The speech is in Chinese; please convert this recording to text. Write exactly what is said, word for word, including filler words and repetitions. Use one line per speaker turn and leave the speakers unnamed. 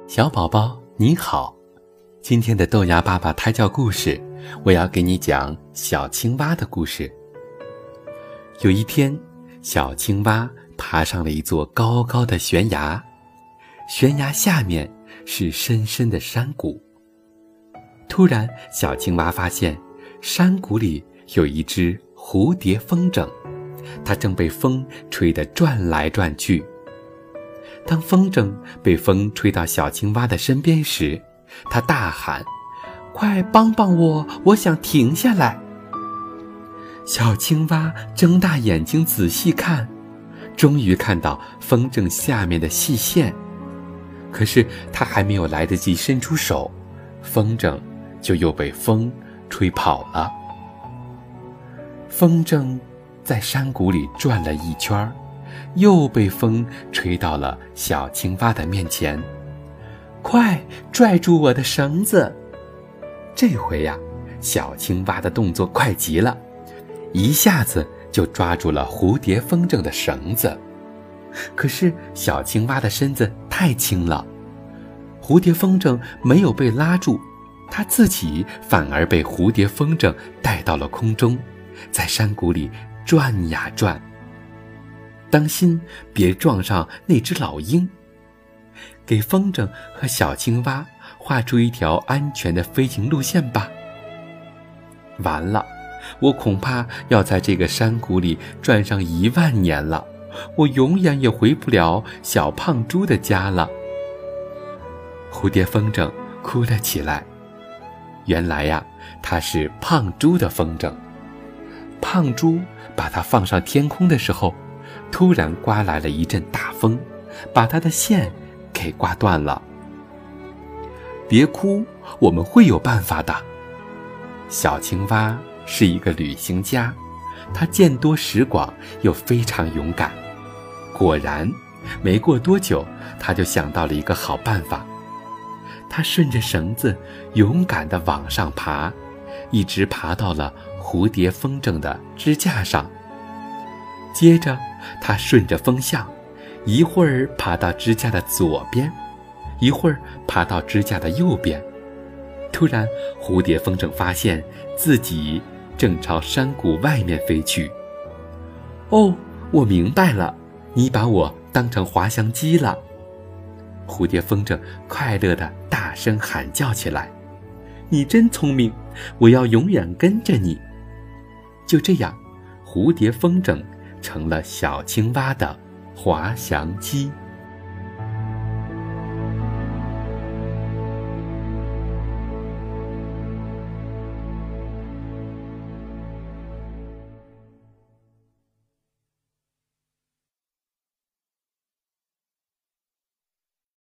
小宝宝你好，今天的豆芽爸爸胎教故事，我要给你讲小青蛙的故事。有一天，小青蛙爬上了一座高高的悬崖，悬崖下面是深深的山谷。突然，小青蛙发现山谷里有一只蝴蝶风筝，它正被风吹得转来转去。当风筝被风吹到小青蛙的身边时，它大喊：快帮帮我，我想停下来。小青蛙睁大眼睛仔细看，终于看到风筝下面的细线。可是它还没有来得及伸出手，风筝就又被风吹跑了。风筝在山谷里转了一圈，又被风吹到了小青蛙的面前。快拽住我的绳子！这回呀，小青蛙的动作快极了，一下子就抓住了蝴蝶风筝的绳子。可是小青蛙的身子太轻了，蝴蝶风筝没有被拉住，它自己反而被蝴蝶风筝带到了空中，在山谷里转呀转。当心别撞上那只老鹰，给风筝和小青蛙画出一条安全的飞行路线吧。完了，我恐怕要在这个山谷里转上一万年了，我永远也回不了小胖猪的家了。蝴蝶风筝哭了起来，原来呀，它是胖猪的风筝。胖猪把它放上天空的时候，突然刮来了一阵大风，把它的线给刮断了。别哭，我们会有办法的。小青蛙是一个旅行家，他见多识广，又非常勇敢。果然，没过多久，他就想到了一个好办法。他顺着绳子勇敢地往上爬，一直爬到了蝴蝶风筝的支架上。接着他顺着风向，一会儿爬到支架的左边，一会儿爬到支架的右边。突然，蝴蝶风筝发现自己正朝山谷外面飞去。哦，我明白了，你把我当成滑翔机了。蝴蝶风筝快乐地大声喊叫起来，你真聪明，我要永远跟着你。就这样，蝴蝶风筝成了小青蛙的滑翔机。